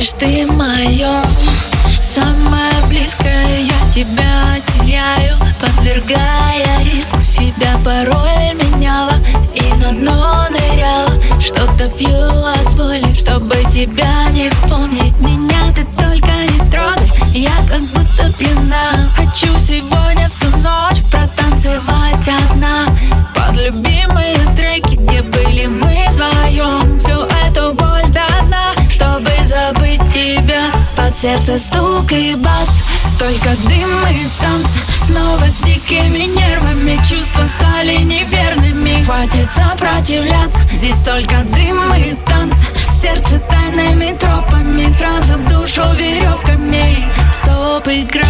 лишь ты мое самое близкое. Я тебя теряю, подвергая риску себя. Порой меняла и на дно ныряла. Что-то пью от боли, чтобы тебя не помнить. Меня ты только не трогай, я как будто пьяна. Хочу сегодня всю ночь протанцевать одна под любимые треки, где были мы вдвоем. Всю эту боль до дна, чтобы забыть тебя. Под сердце стук и бас, только дым и танцы. Снова с дикими нервами чувства стали неверными. Хватит сопротивляться, здесь только дым и танцы. Сердце тайными тропами, сразу душу веревками. Стоп, игра.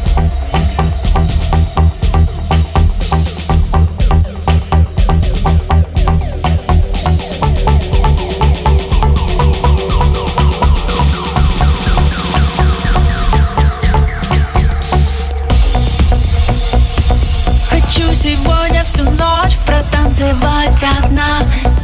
Хочу сегодня всю ночь протанцевать одна.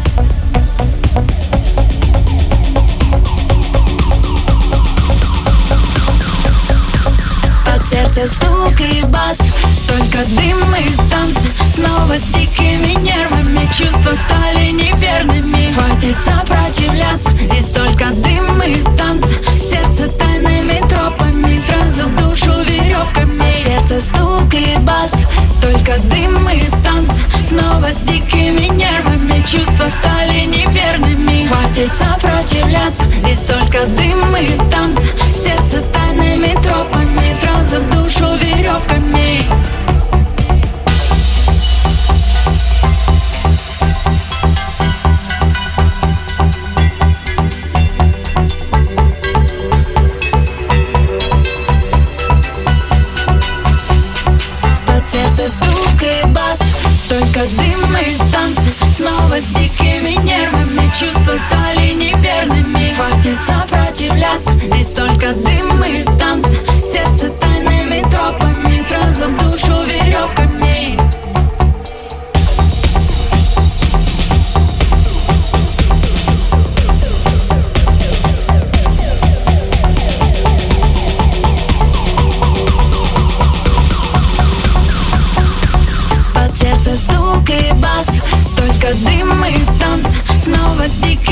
Под сердце стук и бас, только дым и танцы. Снова с дикими нервами чувства стали неверными. Хватит сопротивляться, здесь только дым и танцы. Сердце тайными тропами, сразу душу веревками. Сердце стук и бас, только дым и танцы. Снова с дикими нервами чувства стали неверными. Хватит сопротивляться, здесь только дым и танцы. Сердце тайными тропами, сразу душу веревками. Сердце стук и бас, только дым и танцы. Снова с дикими нервами чувства стали неверными. Хватит сопротивляться, здесь только дым и танцы. Сердце тайными тропами, сразу душу веревками. Сердце стук и бас, только дым и танцы. Снова с дикими